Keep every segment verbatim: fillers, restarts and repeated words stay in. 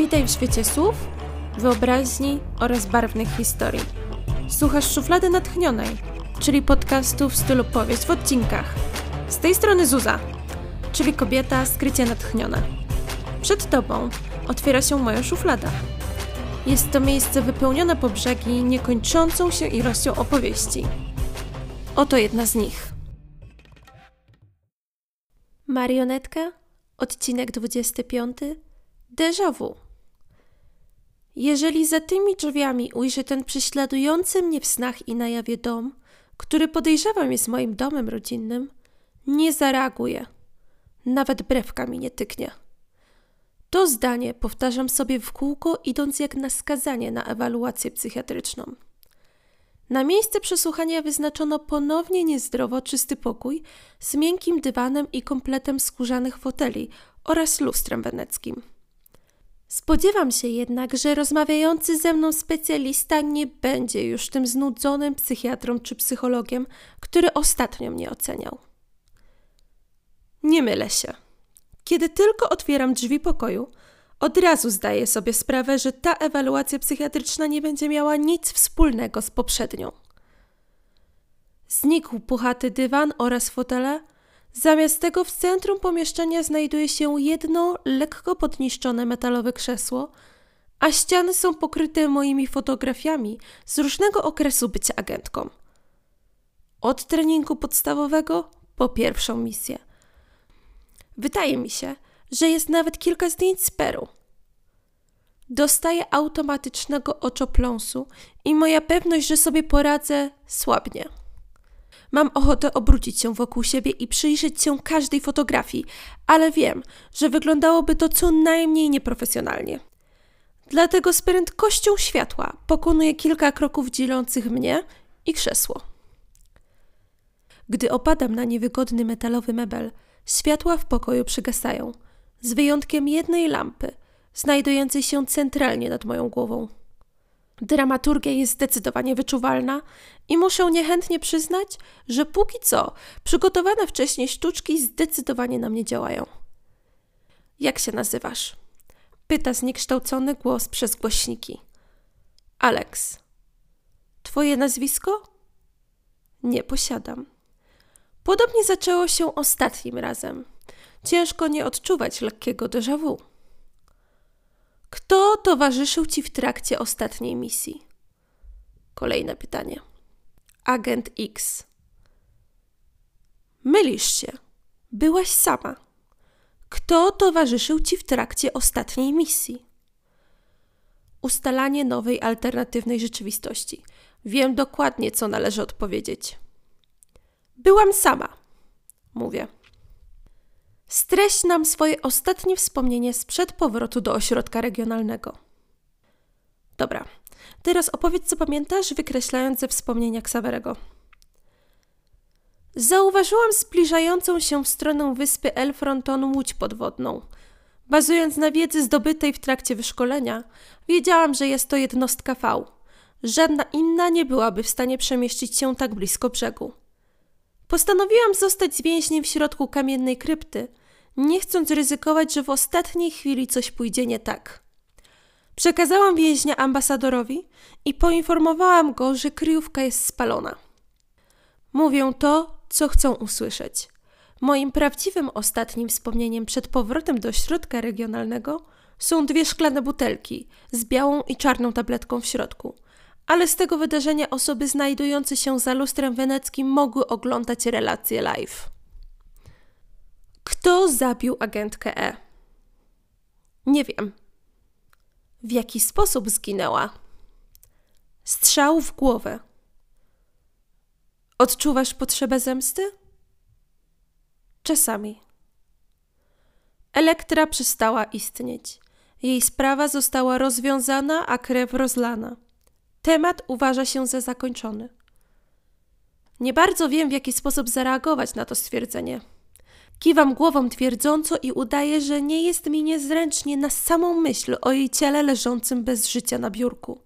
Witaj w świecie słów, wyobraźni oraz barwnych historii. Słuchasz Szuflady Natchnionej, czyli podcastu w stylu powieść w odcinkach. Z tej strony Zuza, czyli kobieta skrycie natchniona. Przed tobą otwiera się moja szuflada. Jest to miejsce wypełnione po brzegi niekończącą się ilością opowieści. Oto jedna z nich. Marionetka, odcinek dwudziesty piąty. Déjà vu. Jeżeli za tymi drzwiami ujrzę ten prześladujący mnie w snach i na jawie dom, który podejrzewam jest moim domem rodzinnym, nie zareaguję. Nawet brewka mi nie tyknie. To zdanie powtarzam sobie w kółko, idąc jak na skazanie na ewaluację psychiatryczną. Na miejsce przesłuchania wyznaczono ponownie niezdrowo czysty pokój z miękkim dywanem i kompletem skórzanych foteli oraz lustrem weneckim. Spodziewam się jednak, że rozmawiający ze mną specjalista nie będzie już tym znudzonym psychiatrą czy psychologiem, który ostatnio mnie oceniał. Nie mylę się. Kiedy tylko otwieram drzwi pokoju, od razu zdaję sobie sprawę, że ta ewaluacja psychiatryczna nie będzie miała nic wspólnego z poprzednią. Znikł puchaty dywan oraz fotele. Zamiast tego w centrum pomieszczenia znajduje się jedno lekko podniszczone metalowe krzesło, a ściany są pokryte moimi fotografiami z różnego okresu bycia agentką. Od treningu podstawowego po pierwszą misję. Wydaje mi się, że jest nawet kilka zdjęć z Peru. Dostaję automatycznego oczopląsu i moja pewność, że sobie poradzę, słabnie. Mam ochotę obrócić się wokół siebie i przyjrzeć się każdej fotografii, ale wiem, że wyglądałoby to co najmniej nieprofesjonalnie. Dlatego z prędkością światła pokonuję kilka kroków dzielących mnie i krzesło. Gdy opadam na niewygodny metalowy mebel, światła w pokoju przygasają, z wyjątkiem jednej lampy, znajdującej się centralnie nad moją głową. Dramaturgia jest zdecydowanie wyczuwalna i muszę niechętnie przyznać, że póki co przygotowane wcześniej sztuczki zdecydowanie na mnie działają. Jak się nazywasz? Pyta zniekształcony głos przez głośniki. Alex. Twoje nazwisko? Nie posiadam. Podobnie zaczęło się ostatnim razem. Ciężko nie odczuwać lekkiego déjà vu. Kto towarzyszył ci w trakcie ostatniej misji? Kolejne pytanie. Agent X. Mylisz się. Byłaś sama. Kto towarzyszył ci w trakcie ostatniej misji? Ustalanie nowej, alternatywnej rzeczywistości. Wiem dokładnie, co należy odpowiedzieć. Byłam sama. Mówię. Streść nam swoje ostatnie wspomnienie sprzed powrotu do ośrodka regionalnego. Dobra, teraz opowiedz, co pamiętasz, wykreślając ze wspomnienia Xaverego. Zauważyłam zbliżającą się w stronę wyspy El Fronton łódź podwodną. Bazując na wiedzy zdobytej w trakcie wyszkolenia, wiedziałam, że jest to jednostka V. Żadna inna nie byłaby w stanie przemieścić się tak blisko brzegu. Postanowiłam zostać z więźniem w środku kamiennej krypty, nie chcąc ryzykować, że w ostatniej chwili coś pójdzie nie tak. Przekazałam więźnia ambasadorowi i poinformowałam go, że kryjówka jest spalona. Mówią to, co chcą usłyszeć. Moim prawdziwym ostatnim wspomnieniem przed powrotem do ośrodka regionalnego są dwie szklane butelki z białą i czarną tabletką w środku. Ale z tego wydarzenia osoby znajdujące się za lustrem weneckim mogły oglądać relacje live. Kto zabił agentkę E? Nie wiem. W jaki sposób zginęła? Strzał w głowę. Odczuwasz potrzebę zemsty? Czasami. Elektra przestała istnieć. Jej sprawa została rozwiązana, a krew rozlana. Temat uważa się za zakończony. Nie bardzo wiem, w jaki sposób zareagować na to stwierdzenie. Kiwam głową twierdząco i udaję, że nie jest mi niezręcznie na samą myśl o jej ciele leżącym bez życia na biurku.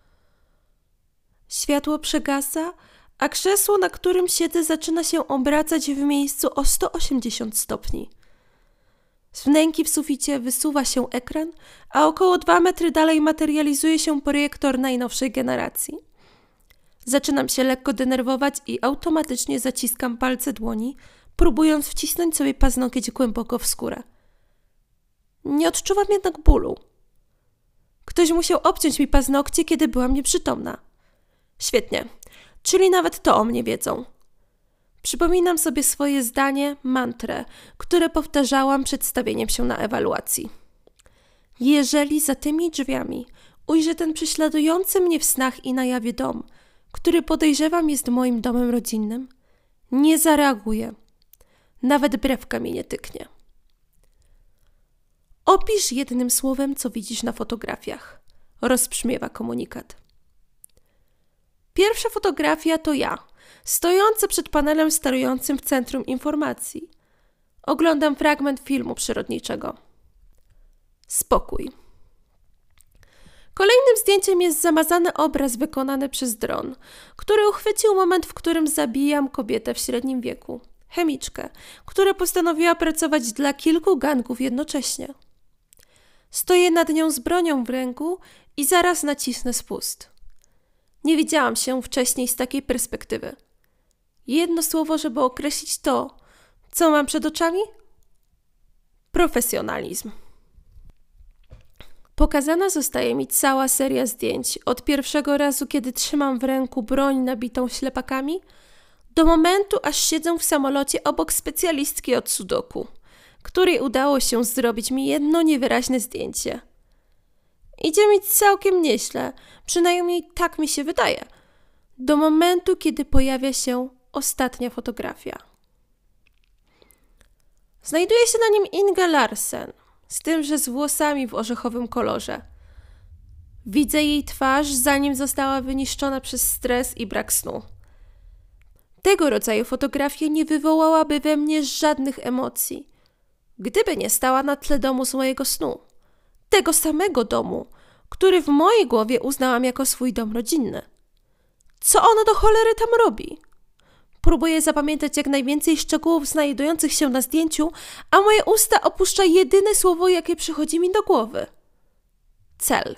Światło przegasa, a krzesło, na którym siedzę, zaczyna się obracać w miejscu o sto osiemdziesiąt stopni. Z wnęki w suficie wysuwa się ekran, a około dwa metry dalej materializuje się projektor najnowszej generacji. Zaczynam się lekko denerwować i automatycznie zaciskam palce dłoni, próbując wcisnąć sobie paznokieć głęboko w skórę. Nie odczuwam jednak bólu. Ktoś musiał obciąć mi paznokcie, kiedy byłam nieprzytomna. Świetnie, czyli nawet to o mnie wiedzą. Przypominam sobie swoje zdanie, mantrę, które powtarzałam przed stawieniem się na ewaluacji. Jeżeli za tymi drzwiami ujrzę ten prześladujący mnie w snach i na jawie dom, który podejrzewam jest moim domem rodzinnym, nie zareaguję. Nawet brewka mi nie tyknie. Opisz jednym słowem, co widzisz na fotografiach. Rozbrzmiewa komunikat. Pierwsza fotografia to ja, stojąca przed panelem sterującym w centrum informacji. Oglądam fragment filmu przyrodniczego. Spokój. Kolejnym zdjęciem jest zamazany obraz wykonany przez dron, który uchwycił moment, w którym zabijam kobietę w średnim wieku, chemiczkę, która postanowiła pracować dla kilku gangów jednocześnie. Stoję nad nią z bronią w ręku i zaraz nacisnę spust. Nie widziałam się wcześniej z takiej perspektywy. Jedno słowo, żeby określić to, co mam przed oczami? Profesjonalizm. Pokazana zostaje mi cała seria zdjęć, od pierwszego razu, kiedy trzymam w ręku broń nabitą ślepakami, do momentu, aż siedzę w samolocie obok specjalistki od sudoku, której udało się zrobić mi jedno niewyraźne zdjęcie. Idzie mi całkiem nieźle, przynajmniej tak mi się wydaje, do momentu, kiedy pojawia się ostatnia fotografia. Znajduje się na nim Inga Larsen, z tym, że z włosami w orzechowym kolorze. Widzę jej twarz, zanim została wyniszczona przez stres i brak snu. Tego rodzaju fotografia nie wywołałaby we mnie żadnych emocji, gdyby nie stała na tle domu z mojego snu. Tego samego domu, który w mojej głowie uznałam jako swój dom rodzinny. Co ona do cholery tam robi? Próbuję zapamiętać jak najwięcej szczegółów znajdujących się na zdjęciu, a moje usta opuszcza jedyne słowo, jakie przychodzi mi do głowy. Cel.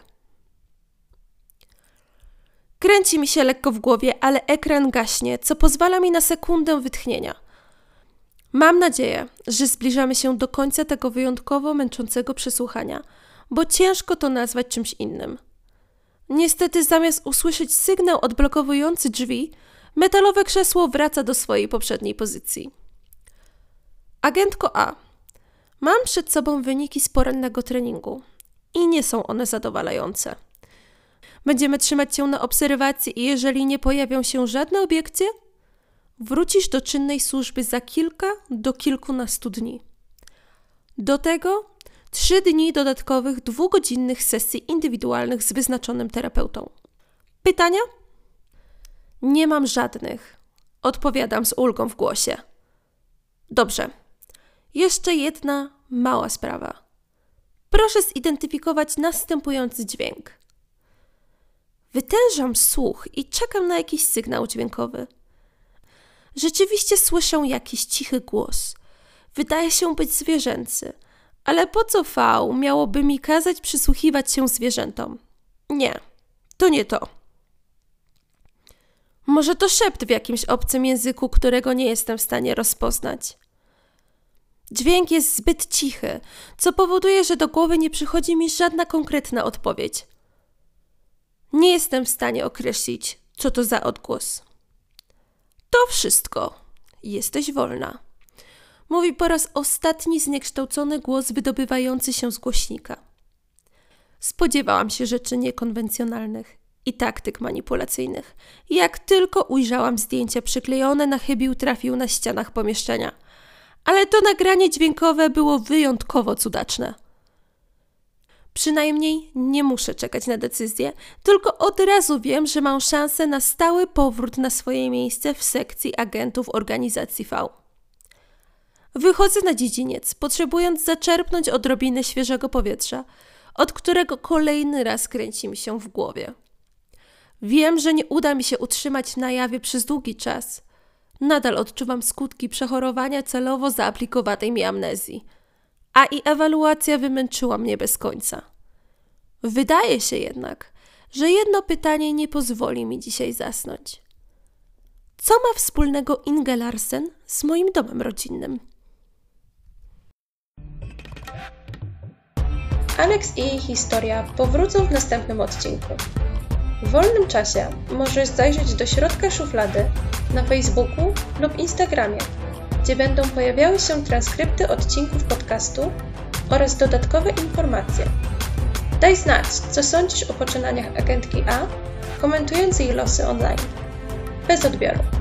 Kręci mi się lekko w głowie, ale ekran gaśnie, co pozwala mi na sekundę wytchnienia. Mam nadzieję, że zbliżamy się do końca tego wyjątkowo męczącego przesłuchania, bo ciężko to nazwać czymś innym. Niestety zamiast usłyszeć sygnał odblokowujący drzwi, metalowe krzesło wraca do swojej poprzedniej pozycji. Agentko A. Mam przed sobą wyniki z porannego treningu i nie są one zadowalające. Będziemy trzymać cię na obserwacji i jeżeli nie pojawią się żadne obiekcje, wrócisz do czynnej służby za kilka do kilkunastu dni. Do tego trzy dni dodatkowych dwugodzinnych sesji indywidualnych z wyznaczonym terapeutą. Pytania? Nie mam żadnych. Odpowiadam z ulgą w głosie. Dobrze. Jeszcze jedna mała sprawa. Proszę zidentyfikować następujący dźwięk. Wytężam słuch i czekam na jakiś sygnał dźwiękowy. Rzeczywiście słyszę jakiś cichy głos. Wydaje się być zwierzęcy. Ale po co V miałoby mi kazać przysłuchiwać się zwierzętom? Nie, to nie to. Może to szept w jakimś obcym języku, którego nie jestem w stanie rozpoznać. Dźwięk jest zbyt cichy, co powoduje, że do głowy nie przychodzi mi żadna konkretna odpowiedź. Nie jestem w stanie określić, co to za odgłos. To wszystko. Jesteś wolna. Mówi po raz ostatni zniekształcony głos wydobywający się z głośnika. Spodziewałam się rzeczy niekonwencjonalnych i taktyk manipulacyjnych. Jak tylko ujrzałam zdjęcia przyklejone na chybił trafił na ścianach pomieszczenia. Ale to nagranie dźwiękowe było wyjątkowo cudaczne. Przynajmniej nie muszę czekać na decyzję, tylko od razu wiem, że mam szansę na stały powrót na swoje miejsce w sekcji agentów organizacji V. Wychodzę na dziedziniec, potrzebując zaczerpnąć odrobinę świeżego powietrza, od którego kolejny raz kręci mi się w głowie. Wiem, że nie uda mi się utrzymać na jawie przez długi czas. Nadal odczuwam skutki przechorowania celowo zaaplikowanej mi amnezji. a i ewaluacja wymęczyła mnie bez końca. Wydaje się jednak, że jedno pytanie nie pozwoli mi dzisiaj zasnąć. Co ma wspólnego Inge Larsen z moim domem rodzinnym? Alex i jej historia powrócą w następnym odcinku. W wolnym czasie możesz zajrzeć do środka szuflady na Facebooku lub Instagramie, gdzie będą pojawiały się transkrypty odcinków podcastu oraz dodatkowe informacje. Daj znać, co sądzisz o poczynaniach agentki A, komentując jej losy online. Bez odbioru.